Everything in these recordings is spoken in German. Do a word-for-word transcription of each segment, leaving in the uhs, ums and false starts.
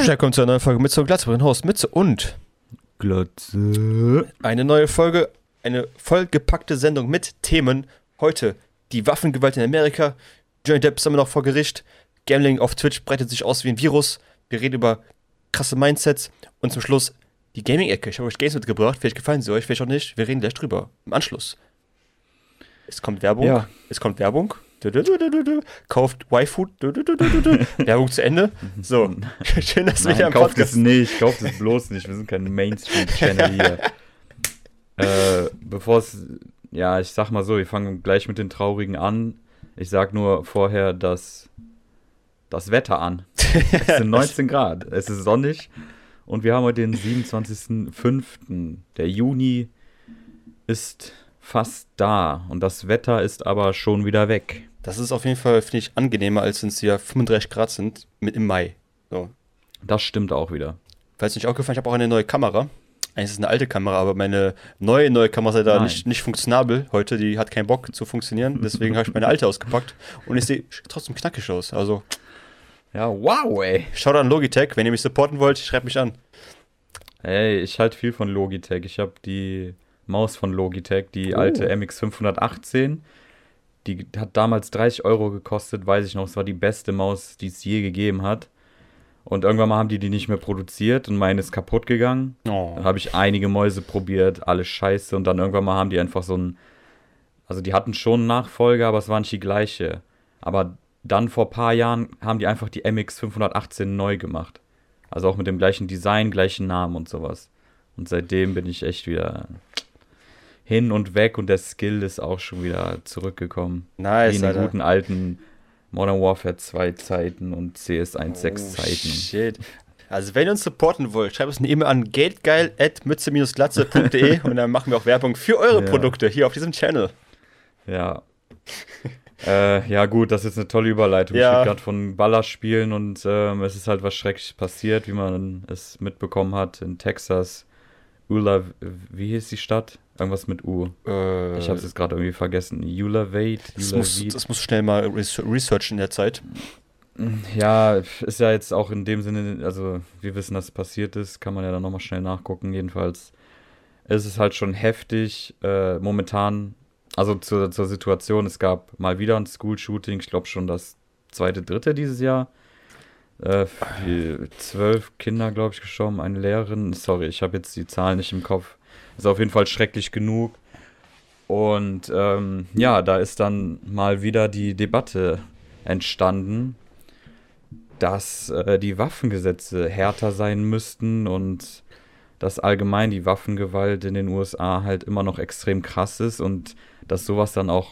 Schnell kommt zu einer neuen Folge Mütze und Glatze mit Horst Mütze und Glatze. Eine neue Folge, eine vollgepackte Sendung mit Themen. Heute die Waffengewalt in Amerika, Johnny Depp ist immer noch vor Gericht, Gambling auf Twitch breitet sich aus wie ein Virus, wir reden über krasse Mindsets und zum Schluss die Gaming-Ecke. Ich habe euch Games mitgebracht, vielleicht gefallen sie euch, vielleicht auch nicht, wir reden gleich drüber, im Anschluss. Es kommt Werbung, Ja. es kommt Werbung. Du, du, du, du, du. Kauft Y-Food. Du, du, du, du, du. Werbung zu Ende. So, schön, dass wir Nein, wieder am kauft Podcast es nicht, kauft es bloß nicht. Wir sind kein Mainstream-Channel hier. äh, bevor es, ja, ich sag mal so, wir fangen gleich mit den Traurigen an. Ich sag nur vorher das, das Wetter an. Es sind neunzehn Grad, es ist sonnig und wir haben heute den siebenundzwanzigsten fünften Der Juni ist fast da und das Wetter ist aber schon wieder weg. Das ist auf jeden Fall, finde ich, angenehmer, als wenn es hier fünfunddreißig Grad sind mit im Mai. So. Das stimmt auch wieder. Falls nicht aufgefallen, ich habe auch eine neue Kamera. Eigentlich ist es eine alte Kamera, aber meine neue, neue Kamera ist da nicht, nicht funktionabel heute. Die hat keinen Bock zu funktionieren. Deswegen habe ich meine alte ausgepackt. Und ich sehe trotzdem knackig aus. Also, Ja, wow, ey. schaut an Logitech. Wenn ihr mich supporten wollt, schreibt mich an. Ey, ich halte viel von Logitech. Ich habe die Maus von Logitech, die Oh. alte M X fünfhundertachtzehn. Die hat damals dreißig Euro gekostet, weiß ich noch. Es war die beste Maus, die es je gegeben hat. Und irgendwann mal haben die die nicht mehr produziert und meine ist kaputt gegangen. Oh. Dann habe ich einige Mäuse probiert, alles scheiße. Und dann irgendwann mal haben die einfach so ein... Also die hatten schon einen Nachfolger, aber es war nicht die gleiche. Aber dann vor ein paar Jahren haben die einfach die M X fünfhundertachtzehn neu gemacht. Also auch mit dem gleichen Design, gleichen Namen und sowas. Und seitdem bin ich echt wieder hin und weg und der Skill ist auch schon wieder zurückgekommen. Nice, Wie in den Alter. guten alten Modern Warfare zwei Zeiten und C S eins Punkt sechs Oh, Zeiten. shit. Also, wenn ihr uns supporten wollt, schreibt uns eine E-Mail an geldgeil at mütze glatze punkt de und dann machen wir auch Werbung für eure Ja. Produkte hier auf diesem Channel. Ja. äh, ja gut, das ist jetzt eine tolle Überleitung. Ja. Ich rede gerade von Ballerspielen und ähm, es ist halt was Schreckliches passiert, wie man es mitbekommen hat in Texas. Ula, wie hieß die Stadt? Irgendwas mit U. Äh, Ich habe es jetzt gerade irgendwie vergessen. Ulavade? das, muss, Ulavade? das muss schnell mal res- researchen in der Zeit. Ja, ist ja jetzt auch in dem Sinne, also wir wissen, dass es passiert ist, kann man ja dann nochmal schnell nachgucken. Jedenfalls ist es halt schon heftig. Äh, momentan, also zur, zur Situation, es gab mal wieder ein School-Shooting, ich glaube schon das zweite, dritte dieses Jahr. Äh, viel- zwölf Kinder, glaube ich, gestorben, eine Lehrerin. Sorry, ich habe jetzt die Zahlen nicht im Kopf. Ist auf jeden Fall schrecklich genug. Und ähm, ja, da ist dann mal wieder die Debatte entstanden, dass äh, die Waffengesetze härter sein müssten und dass allgemein die Waffengewalt in den U S A halt immer noch extrem krass ist und dass sowas dann auch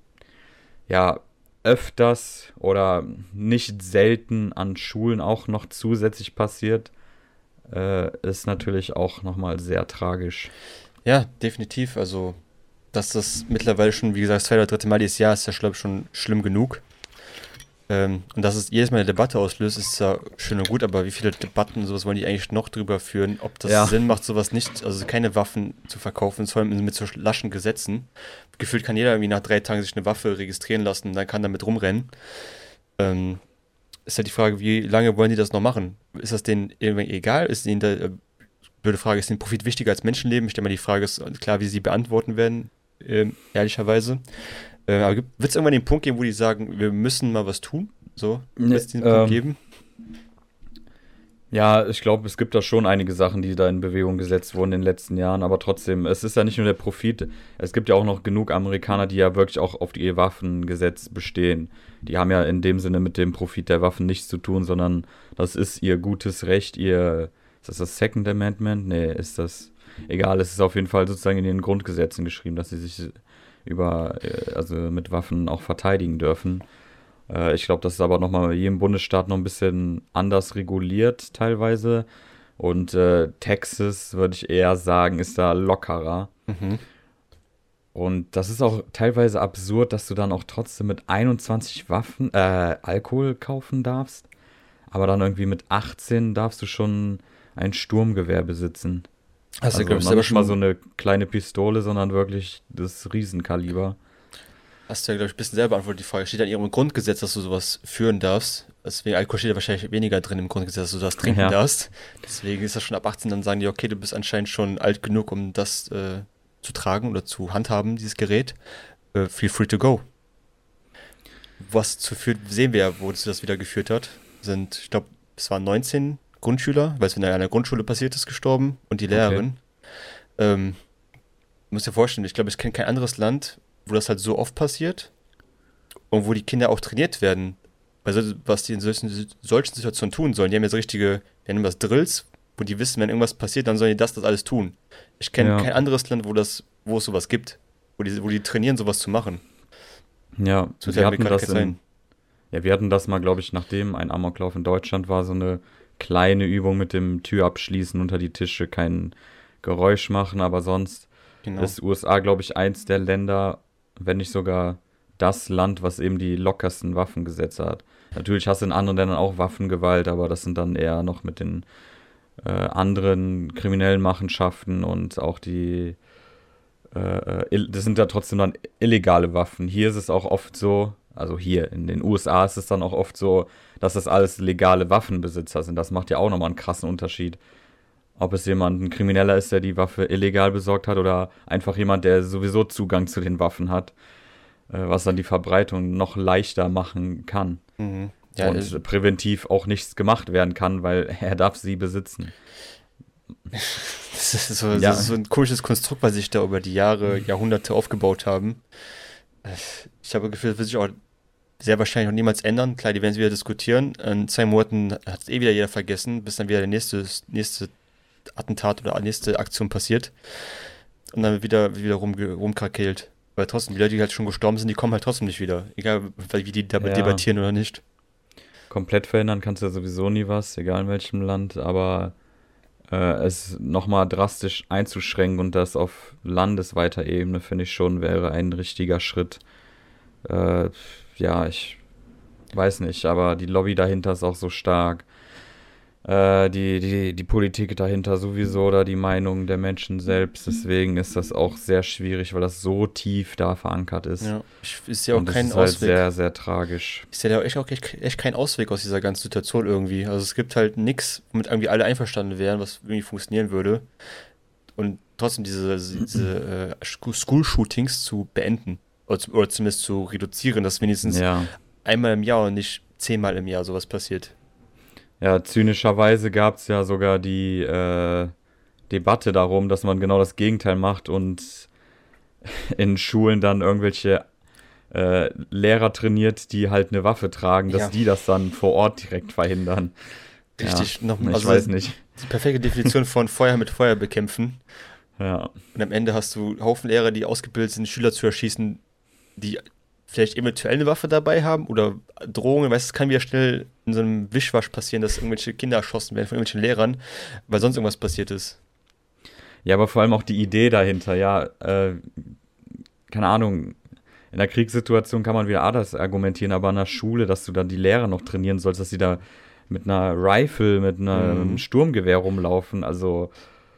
ja öfters oder nicht selten an Schulen auch noch zusätzlich passiert, äh, ist natürlich auch nochmal sehr tragisch. Ja, definitiv. Also, dass das mittlerweile schon, wie gesagt, das zweite oder dritte Mal dieses Jahr ist ja, glaube ich, schon schlimm genug. Ähm, und dass es jedes Mal eine Debatte auslöst, ist ja schön und gut, aber wie viele Debatten und sowas wollen die eigentlich noch drüber führen, ob das Ja. Sinn macht, sowas nicht, also keine Waffen zu verkaufen, vor allem mit so laschen Gesetzen. Gefühlt kann jeder irgendwie nach drei Tagen sich eine Waffe registrieren lassen und dann kann damit rumrennen. Ähm, ist ja die Frage, wie lange wollen die das noch machen? Ist das denen irgendwie egal? Ist denen da, äh, blöde Frage, ist denen Profit wichtiger als Menschenleben? Ich stelle mal die Frage, ist klar, wie sie beantworten werden, ähm, ehrlicherweise. Äh, aber wird es irgendwann den Punkt geben, wo die sagen, wir müssen mal was tun? So, Nee, wird es diesen ähm, Punkt geben? Ja, ich glaube, es gibt da schon einige Sachen, die da in Bewegung gesetzt wurden in den letzten Jahren, aber trotzdem, es ist ja nicht nur der Profit, es gibt ja auch noch genug Amerikaner, die ja wirklich auch auf ihr Waffengesetz bestehen. Die haben ja in dem Sinne mit dem Profit der Waffen nichts zu tun, sondern das ist ihr gutes Recht, ihr, ist das das Second Amendment? Nee, ist das, egal, es ist auf jeden Fall sozusagen in ihren Grundgesetzen geschrieben, dass sie sich über, äh, also mit Waffen auch verteidigen dürfen. Ich glaube, das ist aber nochmal in jedem Bundesstaat noch ein bisschen anders reguliert teilweise. Und äh, Texas, würde ich eher sagen, ist da lockerer. Mhm. Und das ist auch teilweise absurd, dass du dann auch trotzdem mit einundzwanzig Waffen, äh, Alkohol kaufen darfst. Aber dann irgendwie mit achtzehn darfst du schon ein Sturmgewehr besitzen. Hast du, Also glaube ich, noch selber nicht mal schon so eine kleine Pistole, sondern wirklich das Riesenkaliber. Hast du ja, glaube ich, ein bisschen selber beantwortet, die Frage. Steht an ihrem Grundgesetz, dass du sowas führen darfst? Deswegen, Alkohol steht ja wahrscheinlich weniger drin im Grundgesetz, dass du das trinken Ja, darfst. Deswegen ist das schon ab achtzehn, dann sagen die, okay, du bist anscheinend schon alt genug, um das äh, zu tragen oder zu handhaben, dieses Gerät. Äh, feel free to go. Was zu führt, sehen wir ja, wo es das wieder geführt hat, sind, ich glaube, es waren neunzehn Grundschüler, weil es in einer Grundschule passiert ist, gestorben und die okay. Lehrerin. Ähm, muss dir vorstellen, ich glaube, ich kenne kein anderes Land, wo das halt so oft passiert und wo die Kinder auch trainiert werden. Also, was die in solchen, solchen Situationen tun sollen. Die haben jetzt richtige, wir nennen das Drills, wo die wissen, wenn irgendwas passiert, dann sollen die das, das alles tun. Ich kenne Ja, kein anderes Land, wo das, wo es sowas gibt. Wo die, wo die trainieren, sowas zu machen. ja, So wir fällt mir hatten gerade das keins in, ein. ja, wir hatten das mal, glaube ich, nachdem ein Amoklauf in Deutschland war, so eine kleine Übung mit dem Tür abschließen unter die Tische, kein Geräusch machen, aber sonst Genau. ist U S A, glaube ich, eins der Länder, wenn nicht sogar das Land, was eben die lockersten Waffengesetze hat. Natürlich hast du in anderen Ländern auch Waffengewalt, aber das sind dann eher noch mit den äh, anderen kriminellen Machenschaften und auch die, äh, ill- das sind ja trotzdem dann illegale Waffen. Hier ist es auch oft so, also hier in den U S A ist es dann auch oft so, dass das alles legale Waffenbesitzer sind. Das macht ja auch nochmal einen krassen Unterschied. Ob es jemand, ein Krimineller ist, der die Waffe illegal besorgt hat oder einfach jemand, der sowieso Zugang zu den Waffen hat, äh, was dann die Verbreitung noch leichter machen kann. Mhm. Ja, äh, Und präventiv auch nichts gemacht werden kann, weil er darf sie besitzen. das ist so, das ist Ja, so ein komisches Konstrukt, was sich da über die Jahre, Jahrhunderte aufgebaut haben. Äh, Ich habe das Gefühl, das wird sich auch sehr wahrscheinlich auch niemals ändern. Klar, die werden es wieder diskutieren. In zwei Monaten hat es eh wieder jeder vergessen, bis dann wieder der nächste, nächste Attentat oder nächste Aktion passiert. Und dann wird wieder, wieder rum, rumkrakelt. Weil trotzdem, die Leute, die halt schon gestorben sind, die kommen halt trotzdem nicht wieder. Egal, weil- wie die dabei ja, debattieren oder nicht. komplett verhindern kannst du ja sowieso nie was, egal in welchem Land, aber äh, es nochmal drastisch einzuschränken und das auf landesweiter Ebene, finde ich schon, wäre ein richtiger Schritt. Äh, ja, ich weiß nicht, aber die Lobby dahinter ist auch so stark. Äh, die, die, die Politik dahinter sowieso oder die Meinung der Menschen selbst. Deswegen ist das auch sehr schwierig, weil das so tief da verankert ist. Ja, ich, ist ja auch Und es kein ist halt Ausweg. sehr, sehr tragisch. Ist ja da echt auch echt, echt kein Ausweg aus dieser ganzen Situation irgendwie. Also es gibt halt nichts, womit irgendwie alle einverstanden wären, was irgendwie funktionieren würde. Und trotzdem diese, diese äh, Scho- School-Shootings zu beenden. Oder, zu, oder zumindest zu reduzieren, dass wenigstens Ja. einmal im Jahr und nicht zehnmal im Jahr sowas passiert. Ja, zynischerweise gab es ja sogar die äh, Debatte darum, dass man genau das Gegenteil macht und in Schulen dann irgendwelche äh, Lehrer trainiert, die halt eine Waffe tragen, dass Ja, die das dann vor Ort direkt verhindern. Ja, richtig. Noch, ich also weiß nicht. die perfekte Definition von Feuer mit Feuer bekämpfen. Ja, Und am Ende hast du Haufen Lehrer, die ausgebildet sind, Schüler zu erschießen, die vielleicht eventuell eine Waffe dabei haben oder Drohungen. Weißt du, es kann wieder schnell in so einem Wischwasch passieren, dass irgendwelche Kinder erschossen werden von irgendwelchen Lehrern, weil sonst irgendwas passiert ist. ja, aber vor allem auch die Idee dahinter, ja, äh, keine Ahnung, in der Kriegssituation kann man wieder anders argumentieren, aber an der Schule, dass du dann die Lehrer noch trainieren sollst, dass sie da mit einer Rifle, mit einem Mhm. Sturmgewehr rumlaufen, also,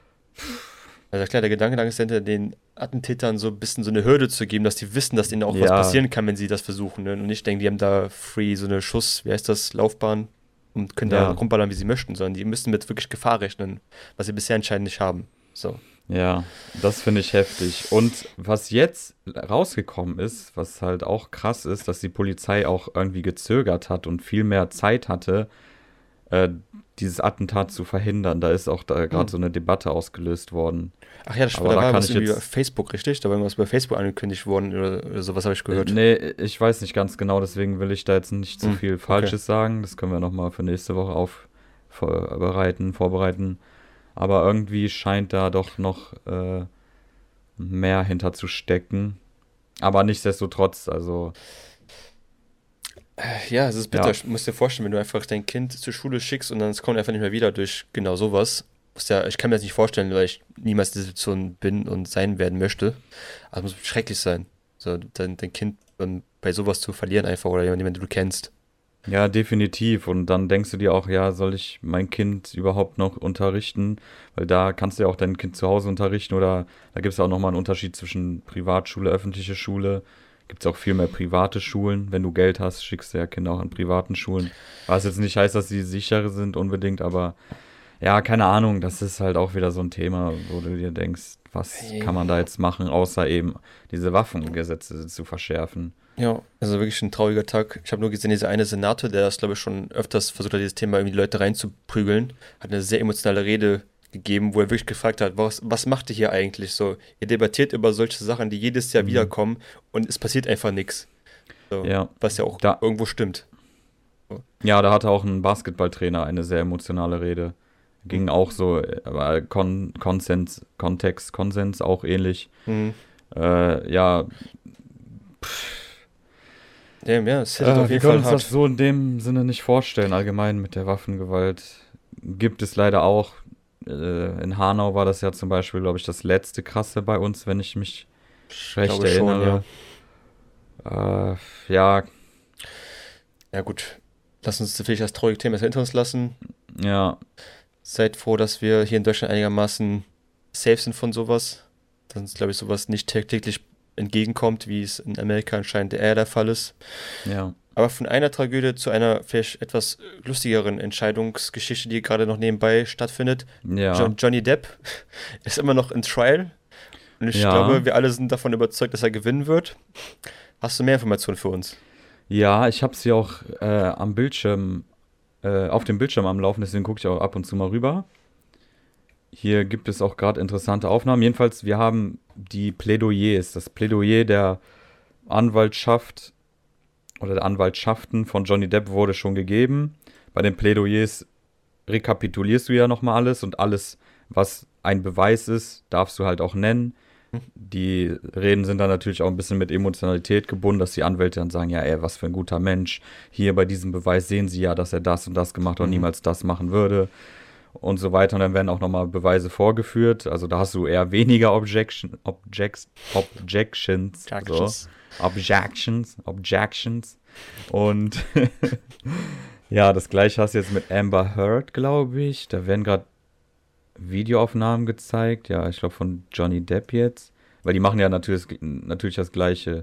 Also klar, der Gedanke ist hinter den Attentätern so ein bisschen so eine Hürde zu geben, dass die wissen, dass ihnen auch was ja, passieren kann, wenn sie das versuchen. Ne? Und nicht denken, die haben da free so eine Schuss, wie heißt das, Laufbahn und können da ja, rumballern, wie sie möchten, sondern die müssen mit wirklich Gefahr rechnen, was sie bisher anscheinend nicht haben. So. ja, das finde ich heftig. Und was jetzt rausgekommen ist, was halt auch krass ist, dass die Polizei auch irgendwie gezögert hat und viel mehr Zeit hatte, äh, dieses Attentat zu verhindern. Da ist auch da gerade Hm. so eine Debatte ausgelöst worden. Ach ja, das, Aber da da war kann was ich irgendwie bei jetzt, Facebook, richtig? Da war irgendwas bei Facebook angekündigt worden oder, oder sowas habe ich äh, gehört. nee, ich weiß nicht ganz genau, deswegen will ich da jetzt nicht zu Hm, viel okay. Falsches sagen. Das können wir nochmal für nächste Woche auf vorbereiten, vorbereiten. Aber irgendwie scheint da doch noch äh, mehr hinter zu stecken. Aber nichtsdestotrotz, also, Äh, Ja, es ist bitter. ja, Ich muss dir vorstellen, wenn du einfach dein Kind zur Schule schickst und dann es kommt einfach nicht mehr wieder durch genau sowas. Muss ja, ich kann mir das nicht vorstellen, weil ich niemals in dieser Situation bin und sein werden möchte. Aber es muss schrecklich sein, so dein, dein Kind dann bei sowas zu verlieren einfach oder jemanden, den du kennst. ja, definitiv. Und dann denkst du dir auch, ja, soll ich mein Kind überhaupt noch unterrichten? Weil da kannst du ja auch dein Kind zu Hause unterrichten oder da gibt es ja auch nochmal einen Unterschied zwischen Privatschule, öffentliche Schule. gibt es auch viel mehr private Schulen. Wenn du Geld hast, schickst du ja Kinder auch an privaten Schulen. Was jetzt nicht heißt, dass sie sicher sind unbedingt, aber ja, keine Ahnung, das ist halt auch wieder so ein Thema, wo du dir denkst, was Hey. kann man da jetzt machen, außer eben diese Waffengesetze zu verschärfen. Ja, also wirklich ein trauriger Tag. Ich habe nur gesehen, dieser eine Senator, der das, glaube ich, schon öfters versucht hat, dieses Thema irgendwie die Leute reinzuprügeln, hat eine sehr emotionale Rede gegeben, wo er wirklich gefragt hat, was, was macht ihr hier eigentlich so? Ihr debattiert über solche Sachen, die jedes Jahr Mhm. wiederkommen und es passiert einfach nichts. So, Ja, was ja auch da, irgendwo stimmt. So. ja, da hatte auch ein Basketballtrainer eine sehr emotionale Rede. Ging auch so, äh, aber Kon Konsens, Kontext, Konsens auch ähnlich. Mhm. Äh, ja, Ja, ja, es hittet äh, auf wir jeden können Fall uns das hart. so in dem Sinne nicht vorstellen. Allgemein mit der Waffengewalt gibt es leider auch. Äh, in Hanau war das ja zum Beispiel, glaube ich, das letzte krasse bei uns, wenn ich mich Ich recht glaube schon, ja. erinnere. Äh, ja, Ja gut, lass uns vielleicht das traurige Thema erst hinter uns lassen. ja, Seid froh, dass wir hier in Deutschland einigermaßen safe sind von sowas. Dass uns, glaube ich, sowas nicht täglich entgegenkommt, wie es in Amerika anscheinend eher der Fall ist. ja, Aber von einer Tragödie zu einer vielleicht etwas lustigeren Entscheidungsgeschichte, die gerade noch nebenbei stattfindet. ja, John, Johnny Depp ist immer noch in Trial und ich ja. glaube, wir alle sind davon überzeugt, dass er gewinnen wird. Hast du mehr Informationen für uns? Ja, ich habe sie auch äh, am Bildschirm, äh, auf dem Bildschirm am Laufen, deswegen gucke ich auch ab und zu mal rüber. Hier gibt es auch gerade interessante Aufnahmen. Jedenfalls, wir haben die Plädoyers, das Plädoyer der Anwaltschaft oder der Anwaltschaften von Johnny Depp wurde schon gegeben. Bei den Plädoyers rekapitulierst du ja nochmal alles und alles, was ein Beweis ist, darfst du halt auch nennen. Die Reden sind dann natürlich auch ein bisschen mit Emotionalität gebunden, dass die Anwälte dann sagen, ja, ey, was für ein guter Mensch. Hier bei diesem Beweis sehen sie ja, dass er das und das gemacht hat und Mhm. niemals das machen würde und so weiter. Und dann werden auch nochmal Beweise vorgeführt. Also da hast du eher weniger Objection, Objects, Objections, so. Jackass. Objections, Objections. Und ja, das gleiche hast du jetzt mit Amber Heard, glaube ich. Da werden gerade Videoaufnahmen gezeigt. Ja, ich glaube von Johnny Depp jetzt. Weil die machen ja natürlich, natürlich das gleiche.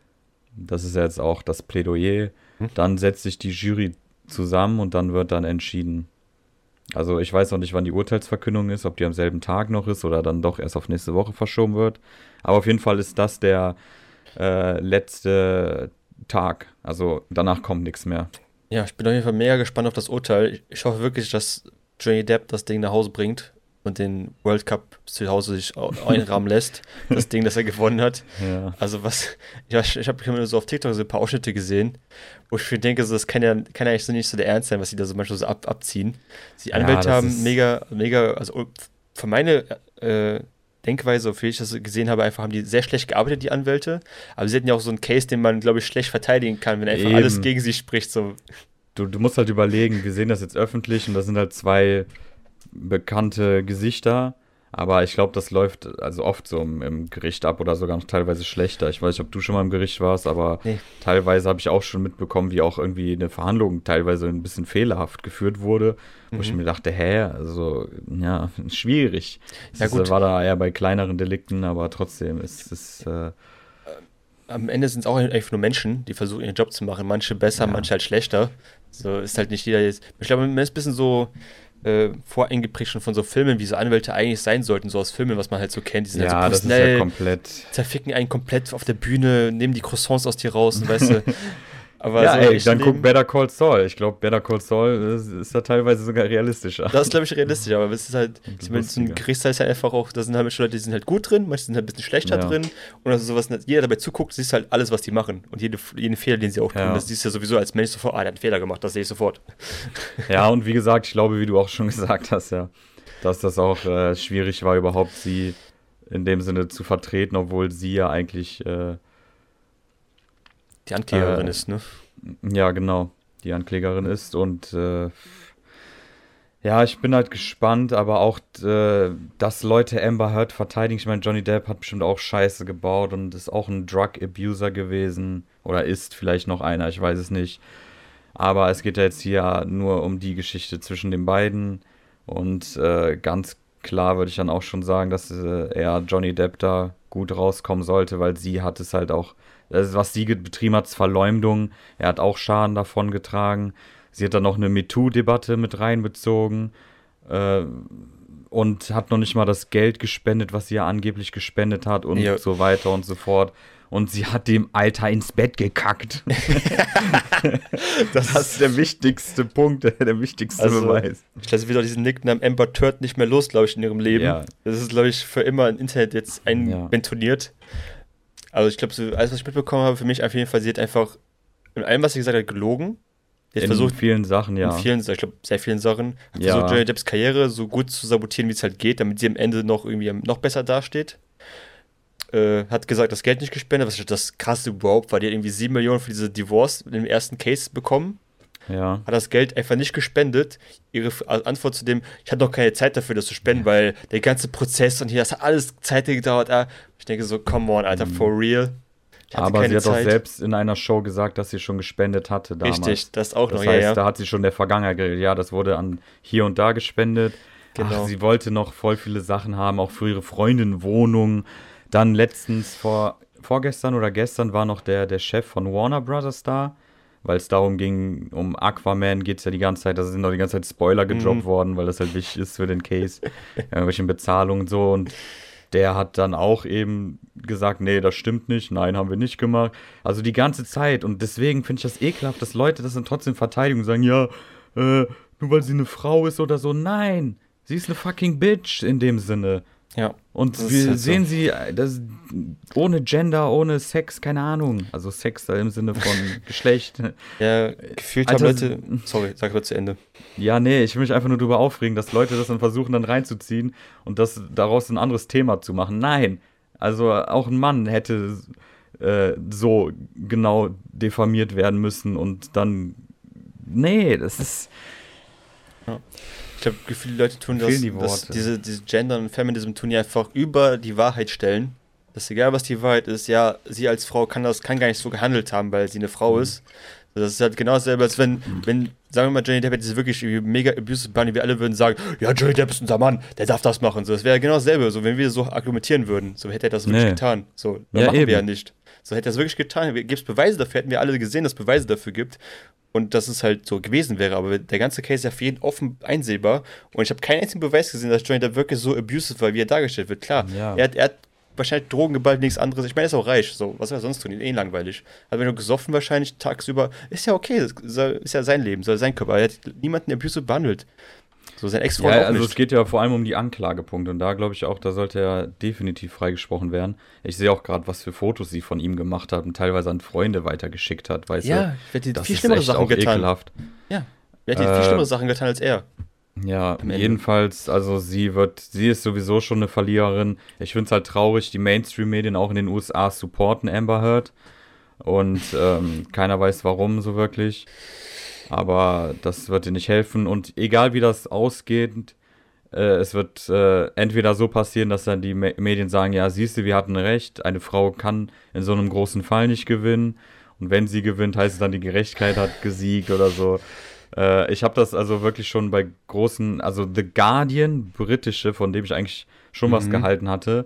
Das ist ja jetzt auch das Plädoyer. Hm? Dann setzt sich die Jury zusammen und dann wird dann entschieden. Also ich weiß noch nicht, wann die Urteilsverkündung ist, ob die am selben Tag noch ist oder dann doch erst auf nächste Woche verschoben wird. Aber auf jeden Fall ist das der äh, letzte Tag. Also danach kommt nichts mehr. Ja, ich bin auf jeden Fall mega gespannt auf das Urteil. Ich, ich hoffe wirklich, dass Johnny Depp das Ding nach Hause bringt und den World Cup zu Hause sich au- einrahmen lässt. Das Ding, das er gewonnen hat. Ja, Also was, ja, ich, ich habe immer nur so auf TikTok so ein paar Ausschnitte gesehen, wo ich mir denke, so, das kann ja, kann ja eigentlich so nicht so der Ernst sein, was die da so manchmal so ab, abziehen. Die ja, Anwälte das haben ist. mega, mega, also von meiner äh, Denkweise, auf wie ich das gesehen habe, einfach haben die sehr schlecht gearbeitet, die Anwälte. Aber sie hatten ja auch so einen Case, den man, glaube ich, schlecht verteidigen kann, wenn einfach alles Eben. gegen sie spricht. So. Du, du musst halt überlegen, wir sehen das jetzt öffentlich und das sind halt zwei bekannte Gesichter, aber ich glaube, das läuft also oft so im, im Gericht ab oder sogar noch teilweise schlechter. Ich weiß nicht, ob du schon mal im Gericht warst, aber Nee. teilweise habe ich auch schon mitbekommen, wie auch irgendwie eine Verhandlung teilweise ein bisschen fehlerhaft geführt wurde, wo ich Mhm. mir dachte, hä, also ja, schwierig. Es Ja, ist, gut. war da eher bei kleineren Delikten, aber trotzdem ist es, äh, Am Ende sind es auch einfach nur Menschen, die versuchen, ihren Job zu machen. Manche besser, ja, manche halt schlechter. So ist halt nicht jeder jetzt. Ich glaube, man ist ein bisschen so äh, voreingeprägt schon von so Filmen, wie so Anwälte eigentlich sein sollten, so aus Filmen, was man halt so kennt. Die sind halt so ja, das ist ja professionell, komplett. zerficken einen komplett auf der Bühne, nehmen die Croissants aus dir raus, und weißt du. Aber Ja, so im ey, echten dann guck Leben, Better Call Saul. Ich glaube, Better Call Saul ist, ist da teilweise sogar realistischer das ist, glaube ich, realistisch, aber es ist halt, und ich meine, so ein lustiger. Gerichtssaal ist halt einfach auch, da sind halt manche Leute, die sind halt gut drin, manche sind halt ein bisschen schlechter Ja, drin und also sowas, jeder dabei zuguckt, siehst du halt alles, was die machen und jede, jeden Fehler, den sie auch tun, das ja. siehst du ja sowieso als Mensch sofort, ah, der hat einen Fehler gemacht, das sehe ich sofort. Ja, und wie gesagt, ich glaube, wie du auch schon gesagt hast, ja, dass das auch äh, schwierig war, überhaupt sie in dem Sinne zu vertreten, obwohl sie ja eigentlich, äh, Die Anklägerin äh, ist, ne? ja, genau, die Anklägerin ist. Und äh, ja, ich bin halt gespannt, aber auch, äh, dass Leute Amber Heard verteidigen. Ich meine, Johnny Depp hat bestimmt auch Scheiße gebaut und ist auch ein Drug-Abuser gewesen. Oder ist vielleicht noch einer, ich weiß es nicht. Aber es geht ja jetzt hier nur um die Geschichte zwischen den beiden. Und äh, ganz klar würde ich dann auch schon sagen, dass äh, eher Johnny Depp da gut rauskommen sollte, weil sie hat es halt auch Das, was sie betrieben hat, ist Verleumdung. Er hat auch Schaden davon getragen. Sie hat dann noch eine MeToo-Debatte mit reinbezogen. Äh, und hat noch nicht mal das Geld gespendet, was sie ja angeblich gespendet hat und ja. so weiter und so fort. Und sie hat dem Alter ins Bett gekackt. das, das ist der wichtigste Punkt, der wichtigste also, Beweis. Ich lasse wieder diesen Nicknamen Amber Turd nicht mehr los, glaube ich, in ihrem Leben. Ja. Das ist, glaube ich, für immer im Internet jetzt einbetoniert. Ja. Also ich glaube, so, alles, was ich mitbekommen habe, für mich auf jeden Fall, sie hat einfach in allem, was sie gesagt hat, gelogen. In versucht, vielen Sachen, ja. In vielen, ich glaube, sehr vielen Sachen. Hat ja. versucht, Johnny Depps Karriere so gut zu sabotieren, wie es halt geht, damit sie am Ende noch irgendwie noch besser dasteht. Äh, hat gesagt, das Geld nicht gespendet, was das krasse überhaupt war. Die hat irgendwie sieben Millionen für diese Divorce in dem ersten Case bekommen. Ja. Hat das Geld einfach nicht gespendet. Ihre Antwort zu dem, ich hatte noch keine Zeit dafür, das zu spenden, ja. weil der ganze Prozess und hier, das hat alles Zeit gedauert. Ich denke so, come on, Alter, for real. Aber sie hat Zeit. Auch selbst in einer Show gesagt, dass sie schon gespendet hatte damals. Richtig, das auch noch, das heißt, ja, ja. da hat sie schon der Vergangenheit geredet. Ja, das wurde an hier und da gespendet. Genau. Ach, sie wollte noch voll viele Sachen haben, auch für ihre Freundin, Wohnung. Dann letztens, vor, vorgestern oder gestern, war noch der, der Chef von Warner Brothers da, weil es darum ging, um Aquaman geht es ja die ganze Zeit, da sind noch die ganze Zeit Spoiler gedroppt mhm. worden, weil das halt wichtig ist für den Case, irgendwelche Bezahlungen und so, und der hat dann auch eben gesagt, nee, das stimmt nicht, nein, haben wir nicht gemacht. Also die ganze Zeit, und deswegen finde ich das ekelhaft, dass Leute das dann trotzdem verteidigen und sagen, ja, äh, nur weil sie eine Frau ist oder so, nein, sie ist eine fucking Bitch in dem Sinne. Ja. Und wir halt sehen so. sie das, ohne Gender, ohne Sex, keine Ahnung. Also Sex da im Sinne von Geschlecht. Ja, gefühlt haben Leute... Sorry, sag mal zu Ende. Ja, nee, ich will mich einfach nur darüber aufregen, dass Leute das dann versuchen, dann reinzuziehen und das daraus ein anderes Thema zu machen. Nein, also auch ein Mann hätte äh, so genau diffamiert werden müssen und dann... Nee, das ist... Ja. Ich glaube, viele Leute tun das, die dass diese, diese Gender und Feminism tun ja einfach über die Wahrheit stellen. Das ist egal, was die Wahrheit ist. Ja, sie als Frau kann das kann gar nicht so gehandelt haben, weil sie eine Frau mhm. ist. Das ist halt genau dasselbe, als wenn, wenn, sagen wir mal, Johnny Depp hätte wirklich mega abusive Bunny, wir alle würden sagen, ja, Johnny Depp ist unser Mann, der darf das machen. So, das wäre genau dasselbe, so wenn wir so argumentieren würden. So hätte er das wirklich nee. getan. So, das ja, machen eben. wir ja nicht. So hätte er das wirklich getan. Gibt es Beweise dafür, hätten wir alle gesehen, dass es Beweise dafür gibt. Und dass es halt so gewesen wäre, aber der ganze Case ist ja für jeden offen einsehbar. Und ich habe keinen einzigen Beweis gesehen, dass Johnny Depp wirklich so abusive war, wie er dargestellt wird. Klar, ja. er, hat, er hat wahrscheinlich Drogen geballt, nichts anderes. Ich meine, er ist auch reich. So, was soll er sonst tun? Eh langweilig. Also wenn du gesoffen wahrscheinlich tagsüber, ist ja okay, ist ja sein Leben, soll sein Körper. Er hat niemanden abusive behandelt. So, sein Ex-Freund ja, auch also nicht. Es geht ja vor allem um die Anklagepunkte und da glaube ich auch, da sollte er definitiv freigesprochen werden. Ich sehe auch gerade, was für Fotos sie von ihm gemacht haben, teilweise an Freunde weitergeschickt hat, weißt ja, du? ich hätte das viel ist schlimmere echt Sachen auch getan. Ekelhaft. Ja, er hätte äh, viel schlimmere Sachen getan als er. Ja, jedenfalls, also sie wird, sie ist sowieso schon eine Verliererin. Ich finde es halt traurig, die Mainstream-Medien auch in den U S A supporten Amber Heard und ähm, keiner weiß warum so wirklich. Aber das wird ihr nicht helfen. Und egal wie das ausgeht, äh, es wird äh, entweder so passieren, dass dann die Me- Medien sagen, ja, siehst du, wir hatten recht, eine Frau kann in so einem großen Fall nicht gewinnen. Und wenn sie gewinnt, heißt es dann, die Gerechtigkeit hat gesiegt oder so. Äh, ich habe das also wirklich schon bei großen, also The Guardian, britische, von dem ich eigentlich schon mhm. was gehalten hatte.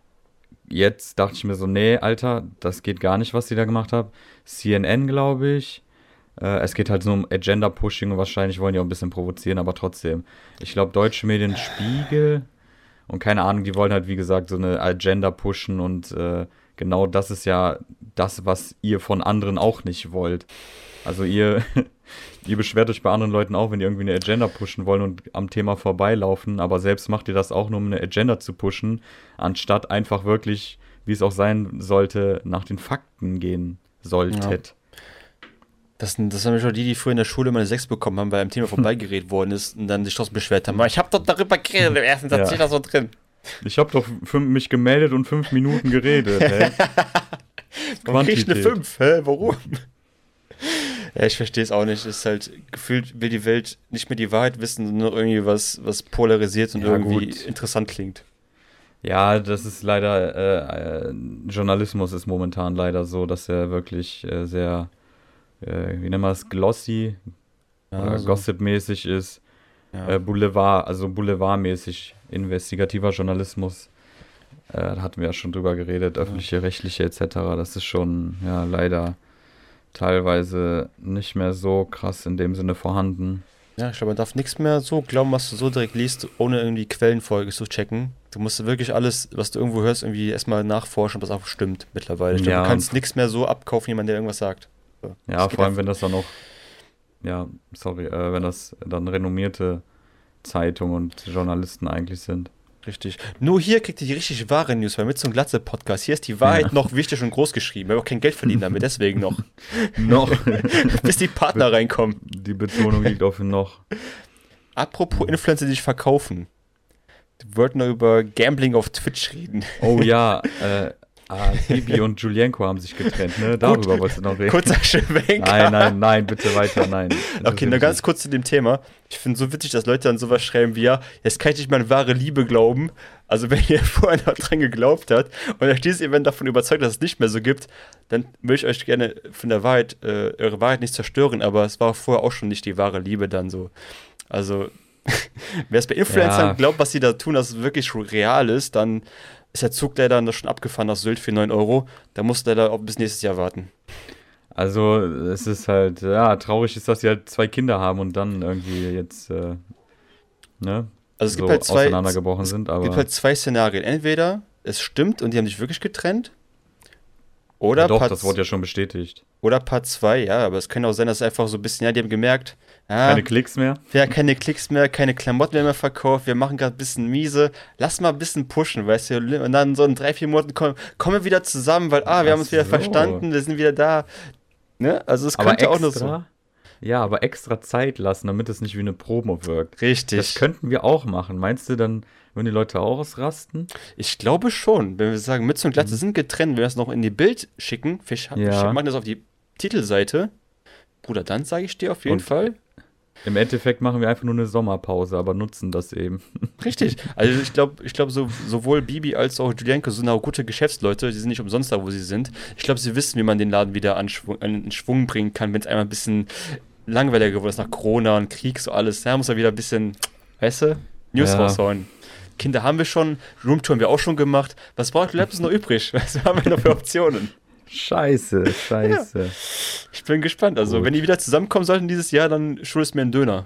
Jetzt dachte ich mir so, nee, Alter, das geht gar nicht, was sie da gemacht hat. C N N, glaube ich. Es geht halt so um Agenda-Pushing und wahrscheinlich wollen die auch ein bisschen provozieren, aber trotzdem. Ich glaube, deutsche Medien, Spiegel und keine Ahnung, die wollen halt, wie gesagt, so eine Agenda pushen und äh, genau das ist ja das, was ihr von anderen auch nicht wollt. Also ihr, ihr beschwert euch bei anderen Leuten auch, wenn die irgendwie eine Agenda pushen wollen und am Thema vorbeilaufen, aber selbst macht ihr das auch nur, um eine Agenda zu pushen, anstatt einfach wirklich, wie es auch sein sollte, nach den Fakten gehen solltet. Ja. Das, das waren schon die, die früher in der Schule mal eine sechs bekommen haben, weil ein Thema vorbeigeredet worden ist und dann sich trotzdem beschwert haben. Ich habe doch darüber geredet, im ersten Satz steht da so drin. Ich habe doch fünf, mich gemeldet und fünf Minuten geredet. Hä? Warum krieg ich eine fünf? Hä? Warum? Ja, ich verstehe es auch nicht. Es ist halt, gefühlt will die Welt nicht mehr die Wahrheit wissen, sondern nur irgendwie was, was polarisiert und ja, irgendwie gut. interessant klingt. Ja, das ist leider, äh, Journalismus ist momentan leider so, dass er wirklich äh, sehr... Äh, wie nennen wir es, glossy, ja, oder so. Gossip-mäßig ist, ja. äh, Boulevard, also Boulevardmäßig, investigativer Journalismus. Äh, da hatten wir ja schon drüber geredet, öffentliche, rechtliche et cetera. Das ist schon, ja, leider teilweise nicht mehr so krass in dem Sinne vorhanden. Ja, ich glaube, man darf nichts mehr so glauben, was du so direkt liest, ohne irgendwie Quellenfolge zu checken. Du musst wirklich alles, was du irgendwo hörst, irgendwie erstmal nachforschen, ob das auch stimmt mittlerweile. Ich glaube, Ja, du kannst und nichts mehr so abkaufen, jemand, der irgendwas sagt. So. ja, Das geht vor allem, einfach. wenn das dann noch, ja, sorry, äh, wenn das dann renommierte Zeitungen und Journalisten eigentlich sind. Richtig. Nur hier kriegt ihr die richtig wahre News, weil mit so einem Glatze-Podcast, hier ist die Wahrheit Ja. noch wichtig und groß geschrieben. Wir haben auch kein Geld verdienen damit, deswegen noch. Noch. Bis die Partner reinkommen. Die Betonung liegt auf noch. Apropos Influencer, die sich verkaufen. Wir wollten noch über Gambling auf Twitch reden. Oh ja, äh, ah, Bibi und Julienko haben sich getrennt, ne? Darüber wolltest du noch reden. Kurzer Schwenk. Nein, nein, nein, bitte weiter, nein. Okay, nur ganz kurz zu dem Thema. Ich finde es so witzig, dass Leute dann sowas schreiben wie, ja, jetzt kann ich nicht mal an wahre Liebe glauben. Also wenn ihr vorher noch dran geglaubt habt und euch dieses Event davon überzeugt, dass es nicht mehr so gibt, dann will ich euch gerne von der Wahrheit, äh, eure Wahrheit nicht zerstören, aber es war vorher auch schon nicht die wahre Liebe dann so. Also, wer es bei Influencern Ja, glaubt, was sie da tun, dass es wirklich real ist, dann ist der Zug leider noch schon abgefahren nach Sylt für neun Euro. Da musst du leider auch bis nächstes Jahr warten. also es ist halt, ja, traurig ist, dass sie halt zwei Kinder haben und dann irgendwie jetzt, äh, ne, Also es gibt so halt zwei, auseinandergebrochen es sind, gibt aber halt zwei Szenarien. Entweder es stimmt und die haben sich wirklich getrennt, ja oder doch, Part, das wurde ja schon bestätigt. oder Part zwei, ja, aber es kann auch sein, dass es einfach so ein bisschen, ja, die haben gemerkt, ah, Keine Klicks mehr? ja, keine Klicks mehr, keine Klamotten mehr, mehr verkauft, wir machen gerade ein bisschen miese, lass mal ein bisschen pushen, weißt du, und dann so in drei, vier Monaten kommen, kommen wir wieder zusammen, weil, ah, wir Ach haben uns wieder so. verstanden, wir sind wieder da, ne, also es Aber könnte auch noch so. extra, ja, aber extra Zeit lassen, damit es nicht wie eine Promo wirkt. Das Richtig. könnten wir auch machen. Meinst du, dann würden die Leute auch ausrasten? Ich glaube schon, wenn wir sagen, Mütze und Glatze sind getrennt, wenn wir das noch in die Bild schicken, wir sch- Ja. wir machen das auf die Titelseite, Bruder, dann sage ich dir auf jeden Und Fall. Im Endeffekt machen wir einfach nur eine Sommerpause, aber nutzen das eben. Richtig. Also ich glaube, ich glaube so, sowohl Bibi als auch Julienko sind auch gute Geschäftsleute, die sind nicht umsonst da, wo sie sind. Ich glaube, sie wissen, wie man den Laden wieder an Schwung, in Schwung bringen kann, wenn es einmal ein bisschen langweiliger geworden ist nach Corona und Krieg, so alles. Da muss er wieder ein bisschen, weißt du, News Ja. raushauen. Kinder haben wir schon, Roomtour haben wir auch schon gemacht. Was braucht Labs noch übrig? Was haben wir noch für Optionen? Scheiße, scheiße. Ich bin gespannt. Also, Gut. wenn die wieder zusammenkommen sollten dieses Jahr, dann schuldest du mir einen Döner.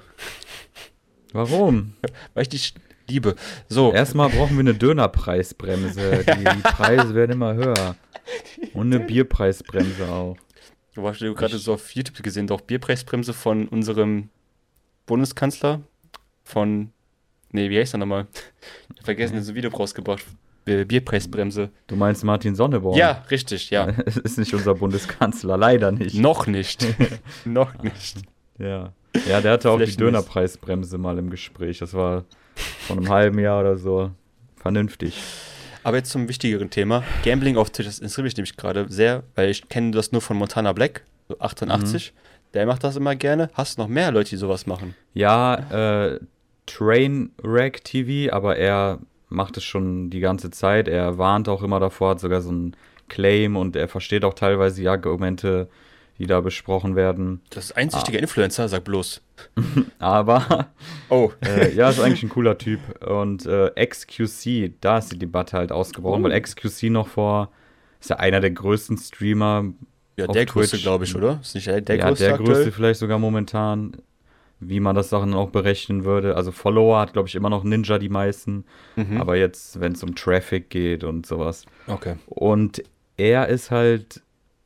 Warum? Weil ich dich liebe. So, Erstmal brauchen wir eine Dönerpreisbremse. Die, die Preise werden immer höher. Und eine Bierpreisbremse auch. du hast du gerade Ich- so auf YouTube gesehen, doch Bierpreisbremse von unserem Bundeskanzler. Von, nee, wie heißt er nochmal? Ich hab vergessen, er hat so ein Video rausgebracht. Äh, Bierpreisbremse. Du meinst Martin Sonneborn? Ja, richtig, ja. Es ist nicht unser Bundeskanzler, leider nicht. Noch nicht. Noch nicht. Ja. Ja, der hatte auch die Flächenmäßig. Dönerpreisbremse mal im Gespräch. Das war vor einem halben Jahr oder so. Vernünftig. Aber jetzt zum wichtigeren Thema. Gambling auf Twitch, das interessiert mich nämlich gerade sehr, weil ich kenne das nur von Montana Black, so achtundachtzig. Der macht das immer gerne. Hast du noch mehr Leute, die sowas machen? Ja, äh, Trainwreck T V, aber er macht es schon die ganze Zeit. Er warnt auch immer davor, hat sogar so einen Claim und er versteht auch teilweise die Argumente, die da besprochen werden. Das ist einsichtiger Influencer, sag bloß. Aber Oh. äh, ja, ist eigentlich ein cooler Typ. Und äh, X Q C, da ist die Debatte halt ausgebrochen, Oh. weil X Q C noch vor, ist ja einer der größten Streamer. Ja, auf der größte, Twitch. glaube ich, oder? Ist nicht der, der ja, größte der aktuell? größte vielleicht sogar momentan, wie man das Sachen auch berechnen würde. Also Follower hat, glaube ich, immer noch Ninja die meisten. Mhm. Aber jetzt, wenn es um Traffic geht und sowas. Okay. Und er ist halt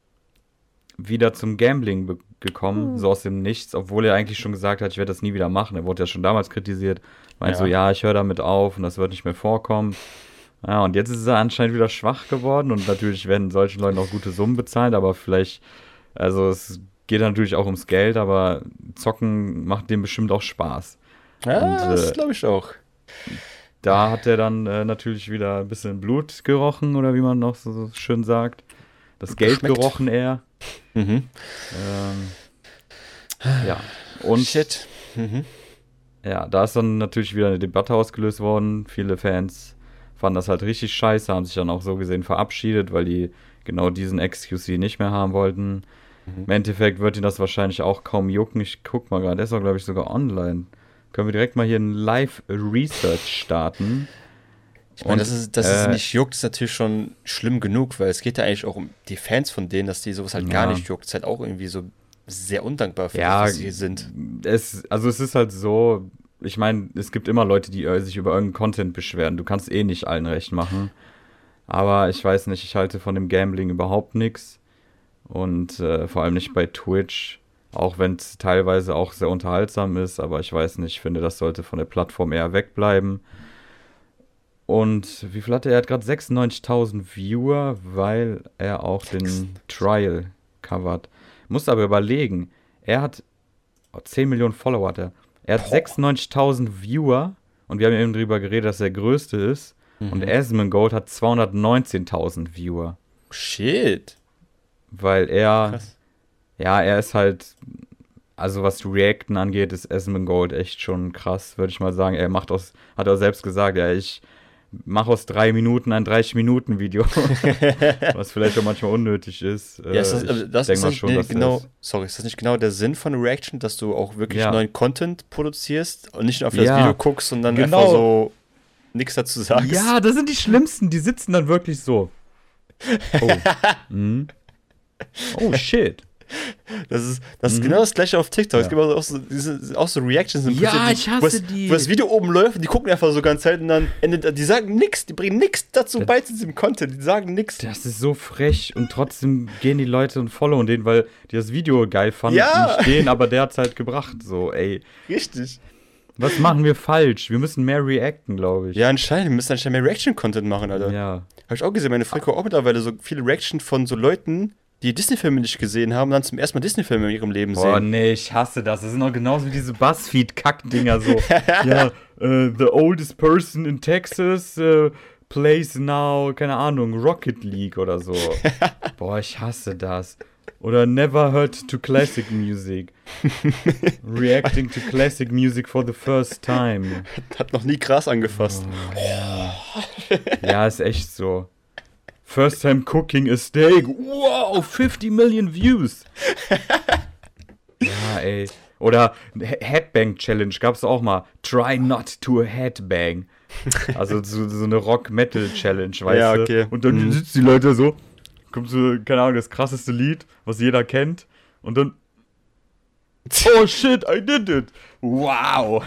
wieder zum Gambling be- gekommen, Hm. so aus dem Nichts, obwohl er eigentlich schon gesagt hat, ich werde das nie wieder machen. Er wurde ja schon damals kritisiert, meint Ja. so, ja, ich höre damit auf und das wird nicht mehr vorkommen. Ja, und jetzt ist er anscheinend wieder schwach geworden und natürlich werden solchen Leuten auch gute Summen bezahlt, aber vielleicht, also es geht natürlich auch ums Geld, aber Zocken macht dem bestimmt auch Spaß. Ja, Und, das äh, glaube ich auch. Da hat er dann äh, natürlich wieder ein bisschen Blut gerochen oder wie man noch so, so schön sagt. Das Geld Geschmeckt. gerochen eher. Mhm. Ähm, ja. Und Shit. Mhm. ja, da ist dann natürlich wieder eine Debatte ausgelöst worden. Viele Fans fanden das halt richtig scheiße, haben sich dann auch so gesehen verabschiedet, weil die genau diesen X Q C nicht mehr haben wollten. Mhm. Im Endeffekt wird ihn das wahrscheinlich auch kaum jucken. Ich guck mal gerade, der ist auch, glaube ich, sogar online. Können wir direkt mal hier ein Live-Research starten. Ich meine, dass, es, dass äh, es nicht juckt, ist natürlich schon schlimm genug, weil es geht ja eigentlich auch um die Fans von denen, dass die sowas halt ja. gar nicht juckt. Ist halt auch irgendwie so sehr undankbar für ja, das, was sie hier sind. Es, also es ist halt so, ich meine, es gibt immer Leute, die äh, sich über irgendeinen Content beschweren. Du kannst eh nicht allen recht machen. Aber ich weiß nicht, ich halte von dem Gambling überhaupt nichts. Und äh, vor allem nicht bei Twitch. Auch wenn es teilweise auch sehr unterhaltsam ist. Aber ich weiß nicht, ich finde, das sollte von der Plattform eher wegbleiben. Und wie viel hat er? Er hat gerade sechsundneunzigtausend Viewer, weil er auch den Trial covert. Musst aber überlegen, er hat oh, zehn Millionen Follower hat er. Er hat sechsundneunzigtausend Viewer und wir haben eben drüber geredet, dass er der größte ist. Mhm. Und Asmongold hat zweihundertneunzehntausend Viewer. Shit. Weil er, Krass. ja, er ist halt, also was Reacten angeht, ist Asmongold echt schon krass, würde ich mal sagen. Er macht aus, hat er selbst gesagt, ja, ich mach aus drei Minuten ein dreißig-Minuten-Video. Was vielleicht auch manchmal unnötig ist. Ja, ist das, ich das denk ist mal nicht schon, nee, dass genau, das sorry, ist das nicht genau der Sinn von Reaction, dass du auch wirklich Ja. neuen Content produzierst und nicht nur auf das Ja, Video guckst und dann genau. einfach so nichts dazu sagst? Ja, das sind die Schlimmsten. Die sitzen dann wirklich so. Oh. mhm. Oh, shit. Das ist, das ist Mhm. genau das gleiche auf TikTok. Ja. Es gibt auch so, diese, auch so Reactions im Ja, Prinzip, ich hasse wo das, die. Wo das Video oben läuft und die gucken einfach so ganz Zeit und dann endet, die sagen nichts, die bringen nichts dazu bei zu diesem Content, die sagen nichts. Das ist so frech und trotzdem gehen die Leute und followen den, weil die das Video geil fanden. Ja. Nicht den, aber der hat's halt gebracht. So, ey. Richtig. Was machen wir falsch? Wir müssen mehr reacten, glaube ich. Ja, anscheinend, wir müssen anscheinend mehr Reaction-Content machen, Alter. Ja. Habe ich auch gesehen, meine Freundin guckt auch mittlerweile so viele Reaction von so Leuten, die Disney-Filme nicht gesehen haben und dann zum ersten Mal Disney-Filme in ihrem Leben Boah, sehen. nee, ich hasse das. Das sind auch genauso wie diese Buzzfeed-Kack-Dinger so. ja, äh, the oldest person in Texas äh, plays now, keine Ahnung, Rocket League oder so. Boah, ich hasse das. Oder never heard to classic music. Reacting to classic music for the first time. Hat noch nie Gras angefasst. Oh, ja. ja, ist echt so. First time cooking a steak. Wow, fifty Million Views. Ja, ey. Oder Headbang Challenge gab's auch mal. Try not to headbang. Also so, so eine Rock-Metal-Challenge, weißt Ja, du? okay. Und dann Mhm. sitzen die Leute so, kommt so, keine Ahnung, das krasseste Lied, was jeder kennt. Und dann, oh shit, I did it. Wow.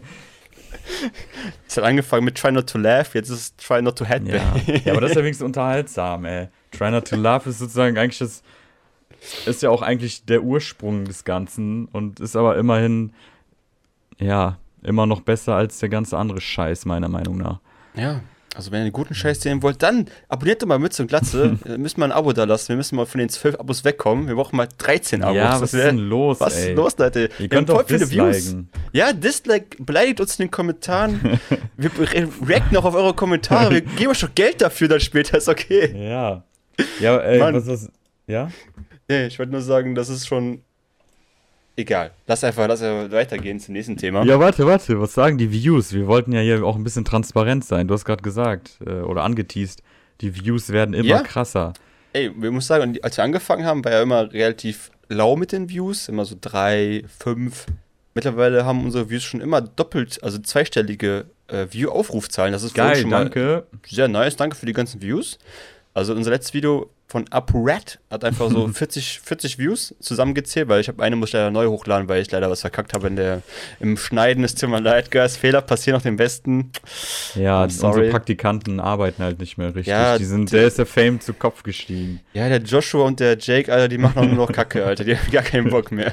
Es hat angefangen mit Try Not to Laugh, jetzt ist es Try Not to Headbang. Ja. ja, aber das ist ja wenigstens unterhaltsam, ey. Try Not to Laugh ist sozusagen eigentlich das, ist ja auch eigentlich der Ursprung des Ganzen und ist aber immerhin, ja, immer noch besser als der ganze andere Scheiß, meiner Meinung nach. Ja, also wenn ihr einen guten Scheiß sehen wollt, dann abonniert doch mal Mütze und Glatze. Wir müssen mal ein Abo da lassen. Wir müssen mal von den zwölf Abos wegkommen. Wir brauchen mal dreizehn Abos. Ja, Das was wär- ist denn los, Was ey? ist los, Leute? Ihr Wir haben könnt voll doch viele Views. disliken. Ja, Dislike, beleidigt uns in den Kommentaren. Wir re- reacten auch auf eure Kommentare. Wir geben euch doch Geld dafür dann später, ist okay. Ja. Ja, ey, Mann. was, was, ja? Nee, ich wollte nur sagen, das ist schon egal. Lass einfach, lass einfach weitergehen zum nächsten Thema. Ja, warte, warte, was sagen die Views? Wir wollten ja hier auch ein bisschen transparent sein. Du hast gerade gesagt, äh, oder angeteased, die Views werden immer Ja. krasser. Ey, wir muss sagen, als wir angefangen haben, war ja immer relativ lau mit den Views. Immer so drei, fünf. Mittlerweile haben unsere Views schon immer doppelt, also zweistellige äh, View-Aufrufzahlen. Das ist für uns Geil, schon mal danke. sehr nice. Danke für die ganzen Views. Also unser letztes Video von ApoRat hat einfach so vierzig, vierzig Views zusammengezählt, weil ich habe eine muss ich leider neu hochladen, weil ich leider was verkackt habe in der, im Schneiden. Es tut mir leid, Guys. Fehler passieren auch dem Besten. Ja, I'm sorry. unsere Praktikanten arbeiten halt nicht mehr richtig. Ja, die sind, die- der ist der Fame zu Kopf gestiegen. Ja, der Joshua und der Jake, Alter, die machen auch nur noch Kacke, Alter. Die haben gar keinen Bock mehr.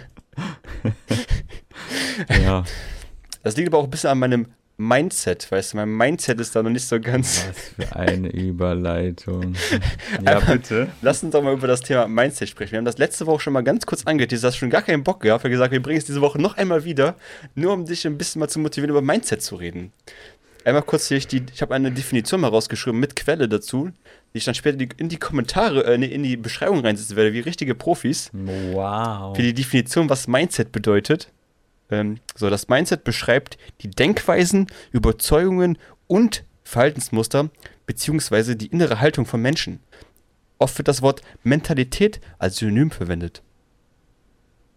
Ja, Das liegt aber auch ein bisschen an meinem Mindset, weißt du, mein Mindset ist da noch nicht so ganz. was für eine Überleitung. Ja, Einfach- bitte. Lass uns doch mal über das Thema Mindset sprechen. Wir haben das letzte Woche schon mal ganz kurz angeteasert, du hast schon gar keinen Bock gehabt. Wir haben gesagt, wir bringen es diese Woche noch einmal wieder, nur um dich ein bisschen mal zu motivieren, über Mindset zu reden. Einmal kurz hier, ich, die, ich habe eine Definition mal rausgeschrieben mit Quelle dazu, die ich dann später die, in die Kommentare, äh, nee, in die Beschreibung reinsetzen werde, wie richtige Profis. Wow. Für die Definition, was Mindset bedeutet. Ähm, so, das Mindset beschreibt die Denkweisen, Überzeugungen und Verhaltensmuster beziehungsweise die innere Haltung von Menschen. Oft wird das Wort Mentalität als Synonym verwendet.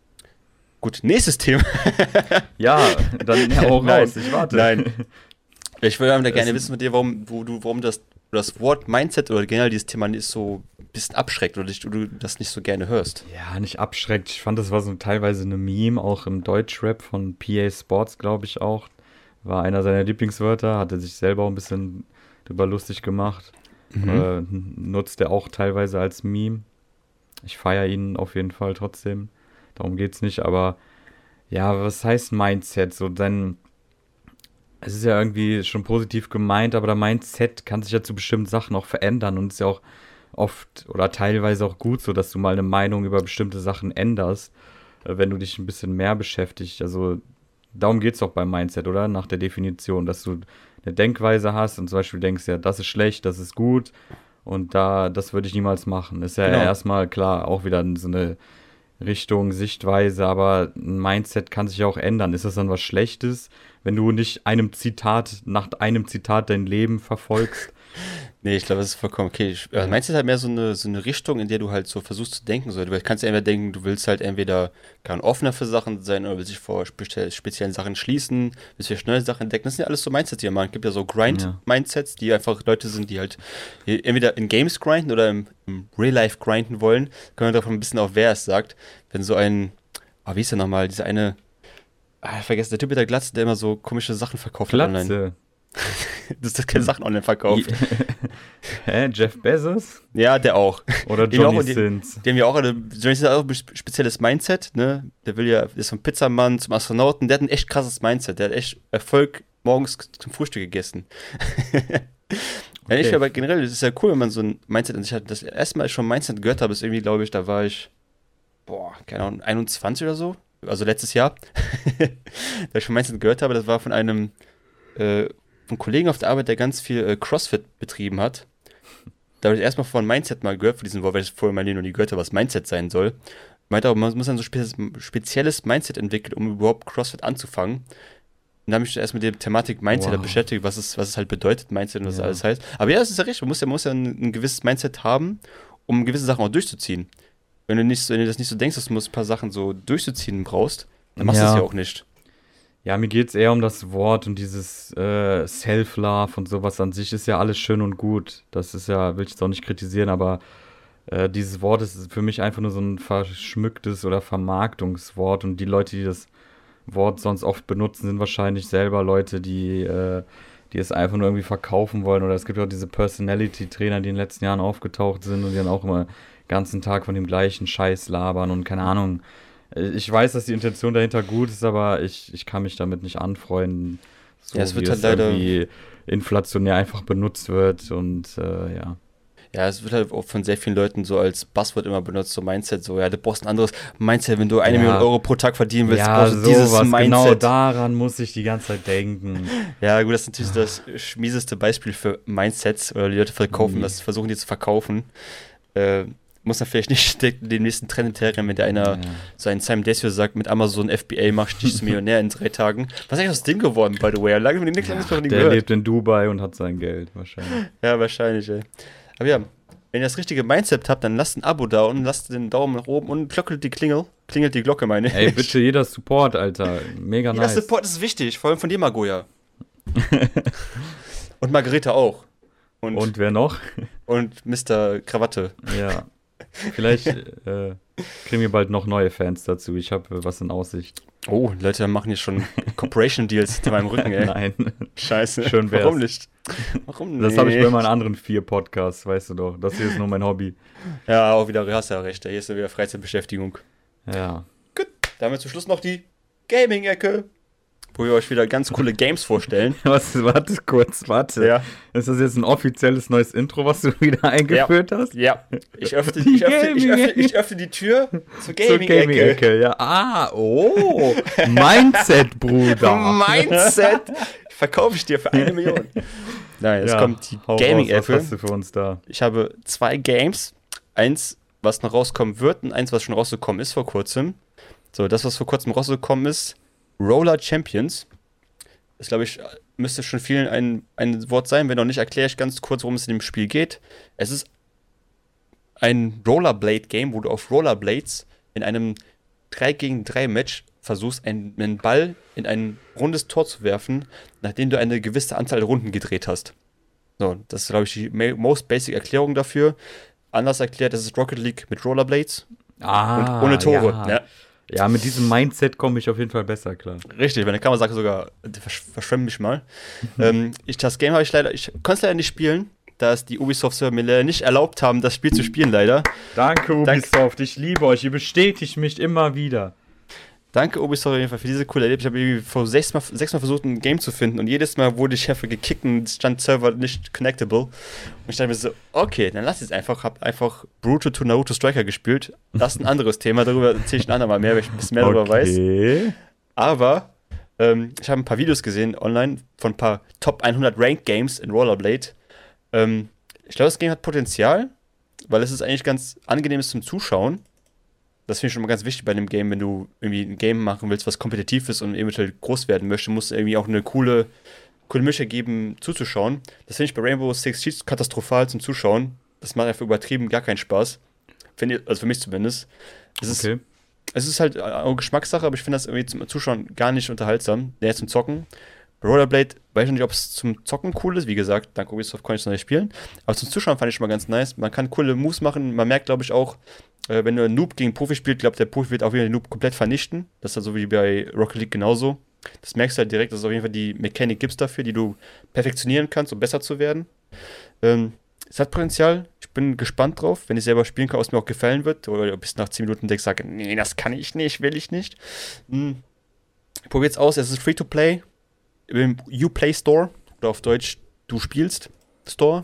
Gut, nächstes Thema. Ja, dann hau Nein, raus, ich warte. Nein. Ich würde da gerne Es- wissen mit dir, warum, wo du, warum das, das Wort Mindset oder generell dieses Thema ist so ein bisschen abschreckt oder dich- du das nicht so gerne hörst. Ja, nicht abschreckt. Ich fand, das war so teilweise eine Meme, auch im Deutschrap von P A Sports, glaube ich auch. War einer seiner Lieblingswörter, hat er sich selber auch ein bisschen drüber lustig gemacht. Mhm. Äh, n- nutzt er auch teilweise als Meme. Ich feiere ihn auf jeden Fall trotzdem. Darum geht's nicht, aber ja, was heißt Mindset? So dein, es ist ja irgendwie schon positiv gemeint, aber der Mindset kann sich ja zu bestimmten Sachen auch verändern und ist ja auch oft oder teilweise auch gut so, dass du mal eine Meinung über bestimmte Sachen änderst, äh, wenn du dich ein bisschen mehr beschäftigst. Also darum geht es doch beim Mindset, oder? Nach der Definition, dass du eine Denkweise hast und zum Beispiel denkst, ja, das ist schlecht, das ist gut und da, das würde ich niemals machen. Ist ja Genau. erstmal klar auch wieder so eine Richtung, Sichtweise, aber ein Mindset kann sich ja auch ändern. Ist das dann was Schlechtes, wenn du nicht einem Zitat, nach einem Zitat dein Leben verfolgst? Nee, ich glaube, das ist vollkommen okay. Ich, also meinst du halt mehr so eine, so eine Richtung, in der du halt so versuchst zu denken? So, du kannst ja entweder denken, du willst halt entweder gar offener für Sachen sein oder willst dich vor speziell, speziellen Sachen schließen, willst vielleicht neue Sachen entdecken. Das sind ja alles so Mindsets, die man. Es gibt ja so Ja. Grind-Mindsets, die einfach Leute sind, die halt entweder in Games grinden oder im, im Real Life grinden wollen. Kommt davon ein bisschen auf, wer es sagt. Wenn so ein, ah, wie ist der nochmal, dieser eine, ah, ich vergesse, der Typ mit der Glatze, der immer so komische Sachen verkauft hat online. Glatze. Das ist keine Sachen online verkauft. Hä? Jeff Bezos? Ja, der auch. Oder Die haben Johnny auch- die- Sins? Die haben ja auch eine, Johnny Sins hat auch ein spe- spezielles Mindset, ne? Der will ja, ist vom Pizzamann zum Astronauten, der hat ein echt krasses Mindset, der hat echt Erfolg morgens k- zum Frühstück gegessen. Ja, ich Okay. aber generell, es ist ja cool, wenn man so ein Mindset an sich hat. Das erste Mal, als ich schon Mindset gehört habe, ist irgendwie, glaube ich, da war ich, boah, keine Ahnung, einundzwanzig oder so, also letztes Jahr, da ich schon Mindset gehört habe, das war von einem, äh, einem Kollegen auf der Arbeit, der ganz viel äh, CrossFit betrieben hat. Da habe ich erstmal von Mindset mal gehört, von diesem Wort, weil ich vorher in meinem Leben noch nie gehört habe, was Mindset sein soll. Meinte auch, man muss dann so spe spezielles Mindset entwickeln, um überhaupt CrossFit anzufangen. Und dann habe ich mich erst mit der Thematik Mindset Wow. beschäftigt, was es, was es halt bedeutet, Mindset und was Ja. alles heißt. Aber ja, es ist ja recht, man muss ja, man muss ja ein, ein gewisses Mindset haben, um gewisse Sachen auch durchzuziehen. Wenn du, nicht, so- wenn du das nicht so denkst, dass du ein paar Sachen so durchzuziehen brauchst, dann machst du Ja. es ja auch nicht. Ja, mir geht es eher um das Wort und dieses äh, Self-Love und sowas an sich ist ja alles schön und gut. Das ist ja, will ich jetzt auch nicht kritisieren, aber äh, dieses Wort ist für mich einfach nur so ein verschmücktes oder Vermarktungswort und die Leute, die das Wort sonst oft benutzen, sind wahrscheinlich selber Leute, die, äh, die es einfach nur irgendwie verkaufen wollen. Oder es gibt auch diese Personality-Trainer, die in den letzten Jahren aufgetaucht sind und die dann auch immer den ganzen Tag von dem gleichen Scheiß labern und keine Ahnung. Ich weiß, dass die Intention dahinter gut ist, aber ich, ich kann mich damit nicht anfreunden, so Ja, es wird wie halt es leider- irgendwie inflationär einfach benutzt wird und äh, ja. Ja, es wird halt auch von sehr vielen Leuten so als Buzzword immer benutzt, so Mindset, so, ja, du brauchst ein anderes Mindset, wenn du eine Ja. Million Euro pro Tag verdienen willst, Ja, brauchst du dieses sowas, Mindset. genau daran muss ich die ganze Zeit denken. Ja, gut, das ist natürlich das schmieseste Beispiel für Mindsets, oder die Leute verkaufen, Mhm. das versuchen die zu verkaufen. Äh, muss man vielleicht nicht den den nächsten Trend hinterherrennen, wenn der einer Ja. so ein Simon Desio sagt, mit Amazon F B A mach ich dich zum Millionär in drei Tagen. Was ist eigentlich aus dem geworden, by the way? Lange mit dem nichts anderes von ihm Der gehört. lebt in Dubai und hat sein Geld wahrscheinlich. Ja, wahrscheinlich, ey. Aber ja, wenn ihr das richtige Mindset habt, dann lasst ein Abo da und lasst den Daumen nach oben und glockelt die Klingel. Klingelt die Glocke, meine ich. Ey, bitte jeder Support, Alter. Mega Ja, nice. Support ist wichtig, vor allem von dir, Magoya. Und Margareta auch. Und, und, Und wer noch? Mister Krawatte. Ja. Vielleicht äh, kriegen wir bald noch neue Fans dazu. Ich habe was in Aussicht. Oh, Leute machen hier schon Corporation-Deals hinter meinem Rücken, ey. Nein. Scheiße. Schön wär's. Warum nicht? Warum nicht? Das habe ich bei meinen anderen vier Podcasts, weißt du doch. Das hier ist nur mein Hobby. Ja, auch wieder, du hast ja recht. Hier ist ja wieder Freizeitbeschäftigung. Ja. Gut, damit zum Schluss noch die Gaming-Ecke, wo wir euch wieder ganz coole Games vorstellen. Was, warte kurz, warte. Ja, Ist das jetzt ein offizielles neues Intro, was du wieder eingeführt hast? ja. Ich öffne, ich, öffne, ich, öffne, ich öffne die Tür zur Zur Gaming-Ecke. Gaming-Ecke, ja. Ah, oh. Mindset, Bruder. Mindset verkaufe ich dir für eine Million. Nein, jetzt Ja, kommt die hau raus, Gaming-Ecke. Was hast du für uns da? Ich habe zwei Games. Eins, was noch rauskommen wird und eins, was schon rausgekommen ist vor kurzem. So, das, was vor kurzem rausgekommen ist, Roller Champions. Das, glaube ich, müsste schon vielen ein, ein Wort sein. Wenn noch nicht, erkläre ich ganz kurz, worum es in dem Spiel geht. Es ist ein Rollerblade-Game, wo du auf Rollerblades in einem drei gegen drei Match versuchst, einen, einen Ball in ein rundes Tor zu werfen, nachdem du eine gewisse Anzahl Runden gedreht hast. So, das ist, glaube ich, die most basic Erklärung dafür. Anders erklärt, das ist Rocket League mit Rollerblades Ah, und ohne Tore. ja. Ja. Ja, mit diesem Mindset komme ich auf jeden Fall besser klar. Richtig, wenn der Kamera sagt sogar, versch verschwemme mich mal. ähm, ich, das Game habe ich leider, ich konnte es leider nicht spielen, da es die Ubisoft-Server mir leider nicht erlaubt haben, das Spiel zu spielen, leider. Danke, Ubisoft, ich liebe euch, ihr bestätigt mich immer wieder. Danke, Ubisoft, auf jeden Fall für diese coole Erlebnis. Ich habe irgendwie vor sechs Mal, sechs Mal versucht, ein Game zu finden und jedes Mal wurde ich einfach gekickt und stand Server nicht connectable. Und ich dachte mir so, okay, dann lass es einfach. Hab einfach Bruto to Naruto Striker gespielt. Das ist ein anderes Thema, darüber erzähle ich ein andermal mehr, weil ich ein bisschen mehr Okay. darüber weiß. Aber ähm, ich habe ein paar Videos gesehen online von ein paar Top hundert Ranked Games in Rollerblade. Ähm, ich glaube, das Game hat Potenzial, weil es ist eigentlich ganz angenehm ist zum Zuschauen. Das finde ich schon mal ganz wichtig bei einem Game, wenn du irgendwie ein Game machen willst, was kompetitiv ist und eventuell groß werden möchte, muss es irgendwie auch eine coole, coole Mische geben, zuzuschauen. Das finde ich bei Rainbow Six Siege katastrophal zum Zuschauen. Das macht einfach übertrieben gar keinen Spaß. Find ich, also für mich zumindest. Es ist, Okay. es ist halt auch Geschmackssache, aber ich finde das irgendwie zum Zuschauen gar nicht unterhaltsam. Der zum Zocken. Bei Rollerblade weiß ich nicht, ob es zum Zocken cool ist. Wie gesagt, dank Ubisoft konnte ich es noch nicht spielen. Aber zum Zuschauen fand ich schon mal ganz nice. Man kann coole Moves machen. Man merkt, glaube ich, auch, äh, wenn du einen Noob gegen Profi spielst, glaube der Profi wird auch wieder den Noob komplett vernichten. Das ist halt so wie bei Rocket League genauso. Das merkst du halt direkt, dass es auf jeden Fall die Mechanik gibt dafür, die du perfektionieren kannst, um besser zu werden. Ähm, es hat Potenzial. Ich bin gespannt drauf, wenn ich selber spielen kann, was mir auch gefallen wird. Oder bis nach zehn Minuten denkst, sage, nee, das kann ich nicht, will ich nicht. Hm. Ich probiere jetzt aus, es ist Free-to-Play. Im Uplay Store. Oder auf Deutsch, du spielst Store.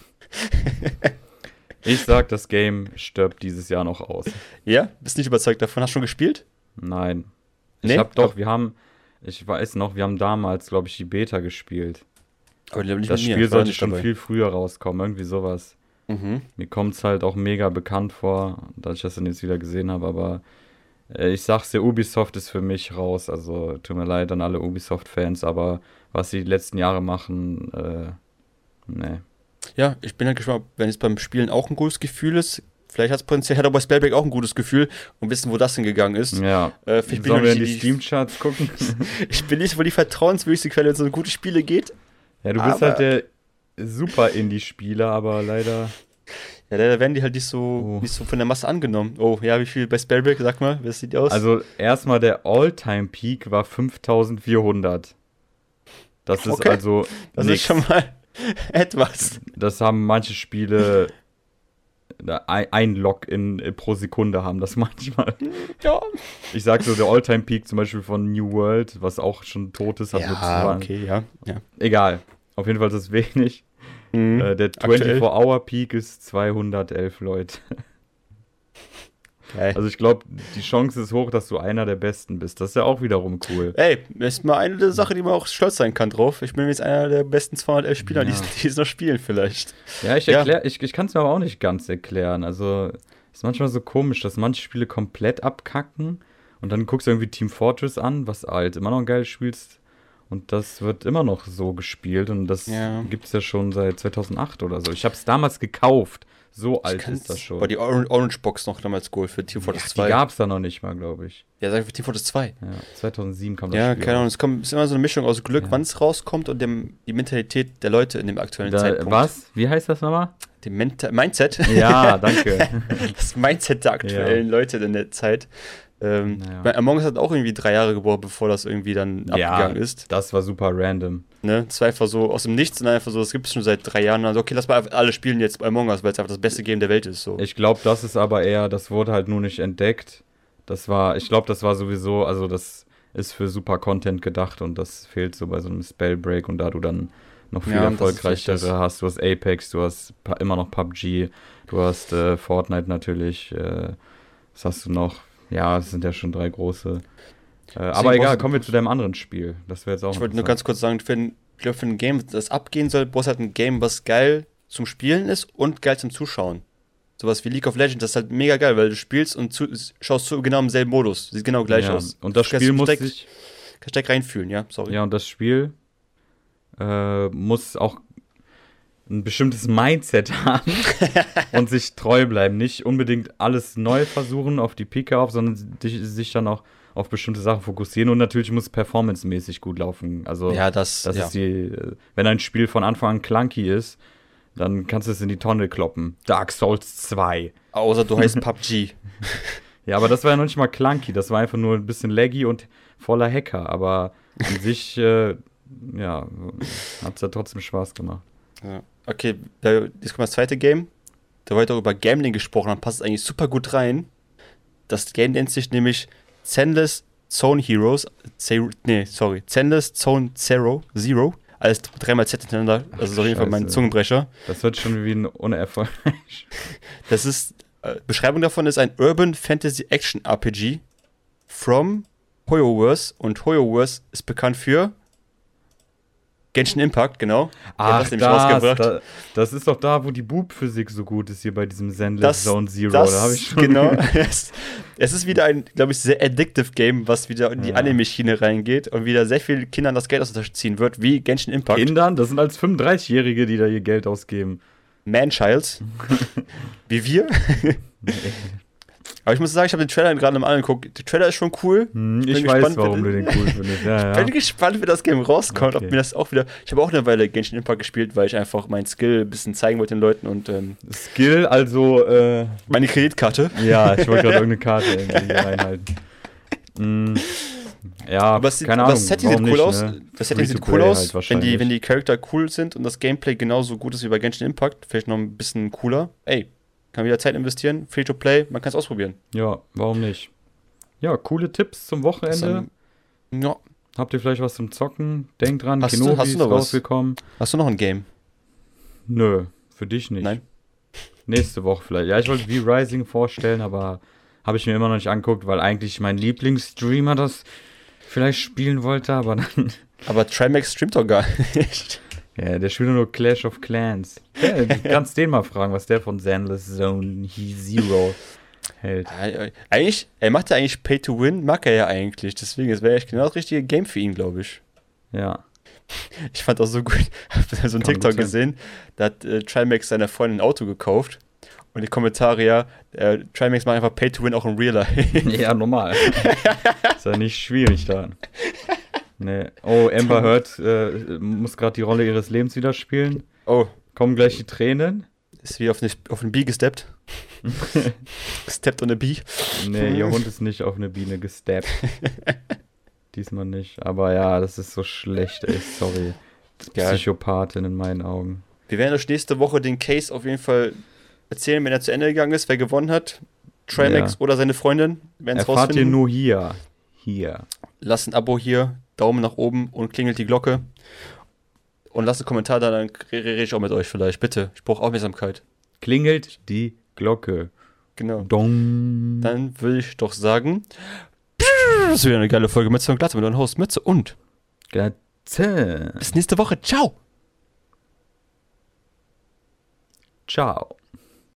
Ich sag, das Game stirbt dieses Jahr noch aus. Ja? Bist nicht überzeugt davon? Hast du schon gespielt? Nein. Ich Nee? hab doch, wir haben, ich weiß noch, wir haben damals, glaube ich, die Beta gespielt. Aber die haben nicht Das mit mir. Spiel Ich war sollte nicht schon dabei. viel früher rauskommen, irgendwie sowas. Mhm. Mir kommt es halt auch mega bekannt vor, dass ich das dann jetzt wieder gesehen habe, aber äh, ich sag's dir, Ubisoft ist für mich raus. Also tut mir leid an alle Ubisoft-Fans, aber was sie die letzten Jahre machen, äh, ne. Ja, ich bin halt gespannt, wenn es beim Spielen auch ein gutes Gefühl ist. Vielleicht hat es Potenzial, hat aber bei Spellbreak auch ein gutes Gefühl und wissen, wo das hingegangen ist. Ja. Äh, ich, bin Sollen wir in nicht die die, Steam-Charts gucken? ich bin nicht wohl die vertrauenswürdigste Quelle, wenn es um gute Spiele geht. Ja, du bist Aber- halt der super Indie-Spieler, aber leider. Ja, da werden die halt nicht so, Oh. nicht so von der Masse angenommen. Oh, ja, wie viel bei Spellbreak? Sag mal, wie sieht die aus? Also erstmal der All-Time-Peak war fünftausendvierhundert. Das ist Okay. also das nix. ist schon mal etwas. Das haben manche Spiele da ein, ein Login pro Sekunde haben das manchmal. Ja. Ich sag so, der All-Time-Peak zum Beispiel von New World, was auch schon tot ist, hat nur Ja, zwei- okay, ja. ja. Egal. Auf jeden Fall ist es wenig. Mhm. Äh, der Aktuell. vierundzwanzig-Hour-Peak ist zweihundertelf Leute. Geil. Also ich glaube, die Chance ist hoch, dass du einer der Besten bist. Das ist ja auch wiederum cool. Ey, das ist mal eine der Sachen, die man auch stolz sein kann drauf. Ich bin jetzt einer der besten zweihundertelf Spieler, Ja. die, die es noch spielen vielleicht. Ja, ich Ja. erklär, ich, ich kann es mir aber auch nicht ganz erklären. Also ist manchmal so komisch, dass manche Spiele komplett abkacken und dann guckst du irgendwie Team Fortress an, was halt immer noch ein geiles Spiel ist. Und das wird immer noch so gespielt und das Ja. gibt es ja schon seit zweitausendacht oder so. Ich habe es damals gekauft. So alt kann's- ist das schon. War die Orange, Orange Box noch damals geholt für Team Fortress ja, die zwei? gab es da noch nicht mal, glaube ich. Ja, sag ich für Team Fortress zwei. Ja, zweitausendsieben kam das Ja, Spiel keine Ahnung. raus. Es kommt, ist immer so eine Mischung aus Glück, Ja. wann es rauskommt und dem, die Mentalität der Leute in dem aktuellen Da, Zeitpunkt. was? Wie heißt das nochmal? Dem Menta- Mindset. Ja, danke. Das Mindset der aktuellen Leute in der Zeit. Ähm, Naja. weil Among Us hat auch irgendwie drei Jahre gebraucht, bevor das irgendwie dann Ja. abgegangen ist. Das war super random. Ne? Das war einfach so aus dem Nichts und einfach so, das gibt es schon seit drei Jahren. Also, okay, lass mal einfach alle spielen jetzt bei Among Us, weil es einfach das beste Game der Welt ist. So. Ich glaube, das ist aber eher, das wurde halt nur nicht entdeckt. Das war, ich glaube, das war sowieso, also das ist für super Content gedacht und das fehlt so bei so einem Spellbreak und da du dann noch viel Ja, das ist erfolgreichere vielleicht das. hast. Du hast Apex, du hast pa- immer noch P U B G, du hast äh, Fortnite natürlich, äh, was hast du noch? Ja, es sind ja schon drei große. Äh, aber brauchst egal, du- kommen wir zu deinem anderen Spiel. Das wäre jetzt auch Ich wollte nur interessant. ganz kurz sagen, für ein, ich glaube, für ein Game, das abgehen soll, brauchst du halt ein Game, was geil zum Spielen ist und geil zum Zuschauen. Sowas wie League of Legends, das ist halt mega geil, weil du spielst und zu, schaust zu genau im selben Modus. Sieht genau gleich ja. aus. Und das Du kannst Spiel muss direkt- sich Kannst direkt reinfühlen, ja, sorry. Ja, und das Spiel äh, muss auch ein bestimmtes Mindset haben und sich treu bleiben. Nicht unbedingt alles neu versuchen auf die Pike auf, sondern sich, sich dann auch auf bestimmte Sachen fokussieren und natürlich muss es performancemäßig gut laufen. Also Ja, das, das ja. ist die, wenn ein Spiel von Anfang an clunky ist, dann kannst du es in die Tonne kloppen. Dark Souls zwei. Außer du heißt P U B G. Ja, aber das war ja noch nicht mal clunky, das war einfach nur ein bisschen laggy und voller Hacker, aber an sich, äh, ja, hat es ja trotzdem Spaß gemacht. Ja. Okay, da, jetzt kommt das zweite Game. Da wir heute auch über Gambling gesprochen haben, passt es eigentlich super gut rein. Das Game nennt sich nämlich Zenless Zone Heroes. Zero, nee, sorry. Zenless Zone Zero. Zero. Alles dreimal Z hintereinander. Das ist auf jeden Fall mein Scheiße. Zungenbrecher. Das wird schon wie ein unerfolgreich. Das ist, äh, Beschreibung davon ist ein Urban Fantasy Action R P G from Hoyoverse. Und Hoyoverse ist bekannt für Genshin Impact, genau. Ach, das, nämlich das, rausgebracht. da, das ist doch da, wo die Boob-Physik so gut ist, hier bei diesem Zenless Das, Zone Zero. das, da habe ich schon genau. es, es ist wieder ein, glaube ich, sehr addictive Game, was wieder in die Ja. Anime-Schiene reingeht und wieder sehr vielen Kindern das Geld aus der Tasche ziehen wird, wie Genshin Impact. Kindern, das sind als fünfunddreißigjährige, die da ihr Geld ausgeben. Man-Child. wie wir. Aber ich muss sagen, ich habe den Trailer gerade mal angeguckt. Der Trailer ist schon cool. Hm, bin ich gespannt, weiß, warum wenn- du den cool findest. Ja, Ich ja. bin gespannt, wie das Game rauskommt. Okay. Ob mir das auch wieder. Ich habe auch eine Weile Genshin Impact gespielt, weil ich einfach meinen Skill ein bisschen zeigen wollte den Leuten und ähm, Skill, also, äh, meine Kreditkarte. ja, ich wollte gerade irgendeine Karte irgendwie hier reinhalten. Mm, ja, Aber es sieht, keine aber Ahnung. das Setting sieht warum cool nicht, aus. ne? Das Setting sieht cool Free-to-play aus, halt wenn, die, wahrscheinlich. wenn die Charakter cool sind und das Gameplay genauso gut ist wie bei Genshin Impact. Vielleicht noch ein bisschen cooler. Ey, kann wieder Zeit investieren. Free-to-play, man kann es ausprobieren. Ja, warum nicht? Ja, coole Tipps zum Das Wochenende. dann, ja. Habt ihr vielleicht was zum Zocken? Denkt dran, Hast du- Kenobi hast du ist noch was? rausgekommen. Hast du noch ein Game? Nö, für dich nicht. Nein. Nächste Woche vielleicht. Ja, ich wollte V-Rising vorstellen, aber habe ich mir immer noch nicht angeguckt, weil eigentlich mein Lieblingsstreamer das vielleicht spielen wollte, aber dann. Aber Trimax streamt doch gar nicht. Ja, der spielt nur Clash of Clans. Ja, du kannst den mal fragen, was der von Zenless Zone Zero hält. Eigentlich, er macht ja eigentlich Pay to Win, mag er ja eigentlich. Deswegen, es wäre echt genau das richtige Game für ihn, glaube ich. Ja. Ich fand auch so gut, ich habe so einen Kann TikTok gut sein. gesehen, da hat äh, Trimax seiner Freundin ein Auto gekauft und die Kommentare ja, äh, Trimax macht einfach Pay to Win auch im Real Life. Ja, normal. Ist ja nicht schwierig da. Nee. Oh, Amber Heard äh, muss gerade die Rolle ihres Lebens wieder spielen. Oh, Kommen gleich die Tränen. ist wie auf, eine, auf ein Bee gesteppt. Gesteppt on a Bee. Nee, ihr Hund ist nicht auf eine Biene gesteppt. Diesmal nicht. Aber ja, das ist so schlecht, ey. Sorry. Geil. Psychopathin in meinen Augen. Wir werden euch nächste Woche den Case auf jeden Fall erzählen, wenn er zu Ende gegangen ist, wer gewonnen hat. Trimax Ja. oder seine Freundin werden es Erfahrt ihr rausfinden. nur hier. Hier. Lasst ein Abo hier, Daumen nach oben und klingelt die Glocke. Und lasst einen Kommentar da, dann rede ich auch mit euch vielleicht. Bitte, ich brauche Aufmerksamkeit. Klingelt die Glocke. Genau. Dong. Dann würde ich doch sagen, das ist wieder eine geile Folge Mütze und Glatze mit eurem Host Mütze und Glatze. bis nächste Woche. Ciao! Ciao.